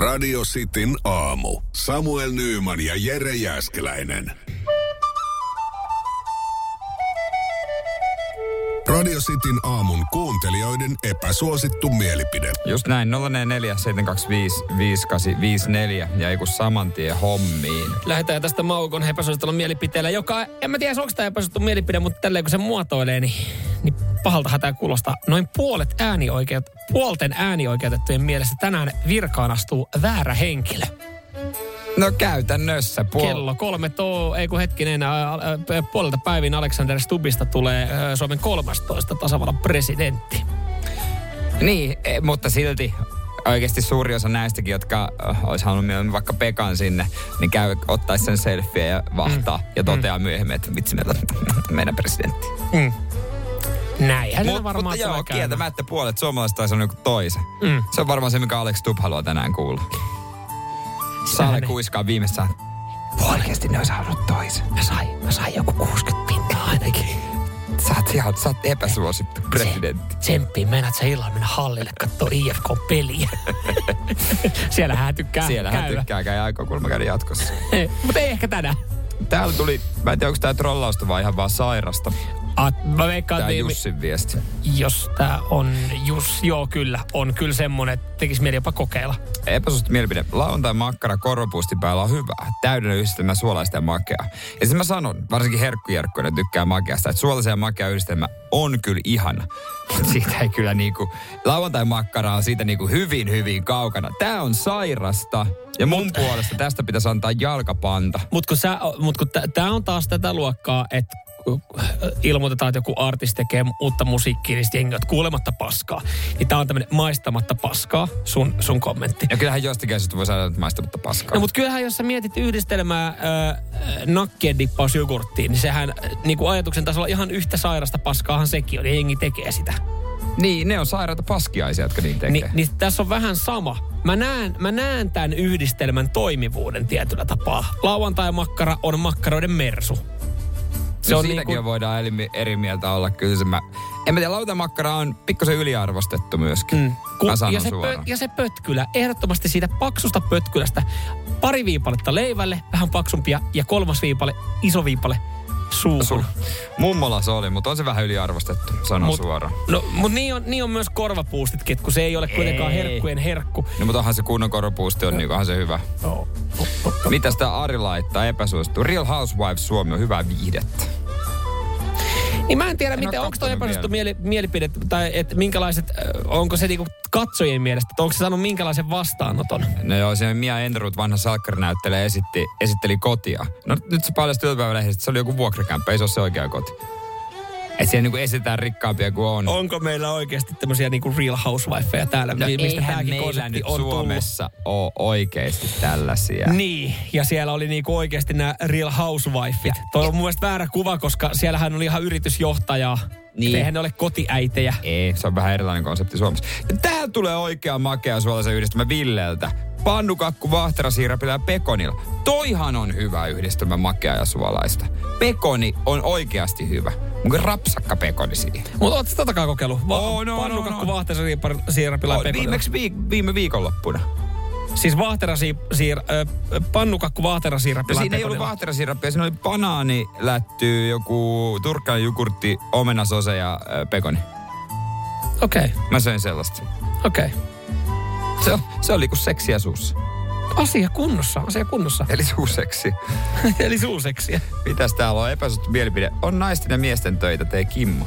Radio Cityn aamu. Samuel Nyyman ja Jere Jääskeläinen. Radio Cityn aamun kuuntelijoiden epäsuosittu mielipide. Just näin, 044-725-5854 ja ei kun saman tien hommiin. Lähdetään tästä Maukon epäsuosittelun mielipiteellä, joka, en mä tiedä, onko tämä epäsuosittu mielipide, mutta tälleen kun se muotoilee, niin pahaltahan tämä kuulostaa. Noin puolten äänioikeutettujen mielestä tänään virkaan astuu väärä henkilö. No käytännössä. Kello 3 puolelta päivin Alexander Stubbista tulee Suomen 13 tasavallan presidentti. Niin, mutta silti oikeasti suuri osa näistäkin, jotka olisi halunnut mieluummin vaikka Pekan sinne, niin ottaisi sen selfie ja vahtaa ja toteaa myöhemmin, että vitsi meidän presidentti. Näinhän se varmaan mutta joo, tulee kieltämättä puolet suomalaiset taisi sanoa joku toisen. Se on varmaan se, mikä Alex Stubb haluaa tänään kuulla. Saale kuiskaa viimeistään. Oikeasti ne olisi halunnut toisen. Mä sain joku 60 pinnaa ainakin. Sä oot epäsuosittu presidentti. Tsemppii, meinaat sä illalla mennä hallille kattoo IFK-peliä. Siellähän tykkää käydä aikaa kulma käydä jatkossa. Mutta ei ehkä tänään. Täällä tuli, mä en tiedä, onko tää trollausta vai ihan vaan sairasta. Mä veikkaan, tää Jussin viesti. Jos tää on joo kyllä. On kyllä semmonen, että tekis mieli jopa kokeilla. Epäsuosittu mielipide. Lauantai makkara korvapuustin päällä on hyvä. Täydellinen yhdistelmä suolaista ja makeaa. Ja siis mä sanon, varsinkin herkkujerkkuina tykkää makeasta, että suolaisen ja makea yhdistelmä on kyllä ihana. Mutta siitä ei kyllä lauantai makkara on siitä hyvin kaukana. Tää on sairasta. Ja mun puolesta tästä pitäisi antaa jalkapanta. Mut kun tää on taas tätä luokkaa, että ilmoitetaan, että joku artisti tekee uutta musiikkia, niin jengi on kuulematta paskaa. Niin tää on tämmönen maistamatta paskaa, sun kommentti. Ja kyllähän jostakin asioista voi saada maistamatta paskaa. No mutta kyllähän jos sä mietit yhdistelmää nakkien dippaus jogurttiin, niin sehän ajatuksen tasolla ihan yhtä sairasta paskaahan sekin on, ja jengi tekee sitä. Niin, ne on sairaita paskiaisia, jotka niin tekee. Niin tässä on vähän sama. Mä näen tämän yhdistelmän toimivuuden tietyllä tapaa. Lauantai-makkara on makkaroiden mersu. Se on siitäkin voidaan eri mieltä olla. Kyllä se en mä tiedä, lautamakkara on pikkusen yliarvostettu myöskin. Ja se pötkylä, ehdottomasti siitä paksusta pötkylästä pari viipaletta leivälle, vähän paksumpia, ja 3. viipale, iso viipale suuhun. Mummola se oli, mutta on se vähän yliarvostettu, sanon suoraan. No, mutta niin on myös korvapuustitkin, kun se ei ole kuitenkaan herkkujen herkku. No, mutta onhan se kunnon korvapuusti on, onhan se hyvä. Mitäs tää Ari laittaa epäsuosittu? Real Housewives Suomi on hyvää viihdettä. Niin mä en tiedä, onko toi epäsuosittu mielipide, tai että minkälaiset, onko se katsojien mielestä, että onko se saanut minkälaisen vastaanoton? No joo, se Mia Enderud, vanha salkkarinäyttelijä, esitteli kotia. No nyt se paljastui iltapäivälehdessä, että se oli joku vuokrakämppä, ei se ole se oikea koti. Että siellä esitetään rikkaampia kuin on. Onko meillä oikeasti tämmöisiä Real Housewifeja täällä? No eihän meillä nyt Suomessa ole oikeasti tällaisia. Niin, ja siellä oli oikeasti nämä Real Housewifeit. Toi on mun mielestä väärä kuva, koska siellähän oli ihan yritysjohtajaa. Niin. Eihän ne ole kotiäitejä. Ei, se on vähän erilainen konsepti Suomessa. Ja täällä tulee oikea makea suolaisen yhdistelmä Villeltä. Pannukakku, vahterasiirapilla ja pekonilla. Toihan on hyvä yhdistelmä makea ja suolaista. Pekoni on oikeasti hyvä. Onko rapsakka pekoni siihen? Mutta ootko totakaan kokeillut? Pannukakku, vahterasiirapilla ja pekonilla. Viimeksi viime viikonloppuna. Siis pannukakku, vahterasiirapilla ja siinä ei ollut vahterasiirappia, siinä oli banaani, lätty, joku turkkainen jogurtti, omenasose ja pekoni. Okei. Mä söin sellaista. Okei. Se oli kuin seksiä suussa. Asia kunnossa. Eli suuseksi. Eli suuseksiä. Mitäs täällä on epäsuosittu mielipide? On naisten ja miesten töitä, tee Kimmo.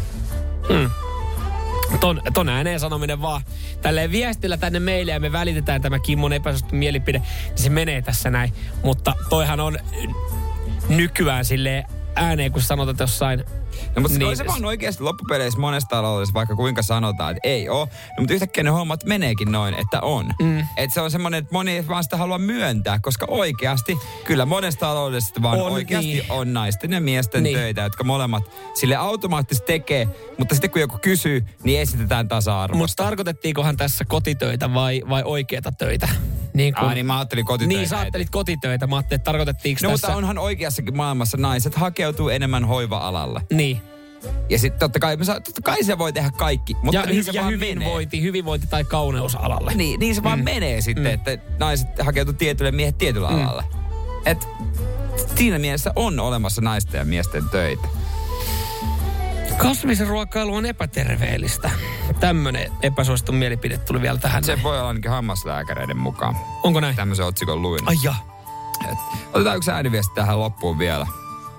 Ton ääneen sanominen vaan tälleen viestillä tänne meille ja me välitetään tämä Kimmon epäsuosittu mielipide, niin se menee tässä näin. Mutta toihan on nykyään silleen ääneen, kun sanotaan jossain. No, mutta niin, se vaan oikeasti loppupeleissä monessa taloudessa, vaikka kuinka sanotaan, että ei ole. No, mutta yhtäkkiä ne hommat meneekin noin, että on. Että se on semmoinen, että moni ei vaan sitä halua myöntää, koska oikeasti, kyllä monessa taloudessa vaan oikeasti on naisten ja miesten töitä, jotka molemmat sille automaattisesti tekee, mutta sitten kun joku kysyy, niin esitetään tasa-arvosta. Mutta tarkoitettiinkohan tässä kotitöitä vai oikeita töitä? Niin mä ajattelin kotitöitä. Niin sä ajattelit kotitöitä, mä ajattelin, että tarkoitettiinko tässä. Mutta onhan oikeassakin maailmassa naiset hakeutuu enemmän hoiva-alalle. Niin. Ja sitten totta kai se voi tehdä kaikki, mutta ja, niin se vaan hyvinvointi tai kauneusalalle. Niin se vaan menee sitten, että naiset hakeutuu tietylle, miehet tietyllä alalla. Et siinä mielessä on olemassa naisten ja miesten töitä. Kasvisruokailu on epäterveellistä. Tämmönen epäsuosittu mielipide tuli vielä tähän. Se voi olla ainakin hammaslääkäreiden mukaan. Onko näin? Tämmöisen otsikon luin. Ai ja. Otetaan yksi ääniviesti tähän loppuun vielä.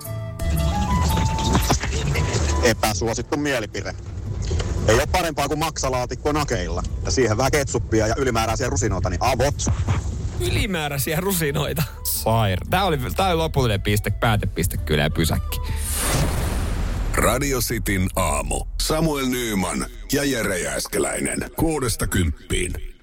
Epäsuosittu mielipide. Ei ole parempaa kuin maksalaatikko nakeilla. Ja siihen vähän ketsuppia ja ylimääräisiä rusinoita, niin avot. Ylimääräisiä rusinoita. Tää oli lopullinen päätepiste kyllä ja pysäkki. Radio Cityn aamu. Samuel Nyyman ja Jere Jääskeläinen. 6–10.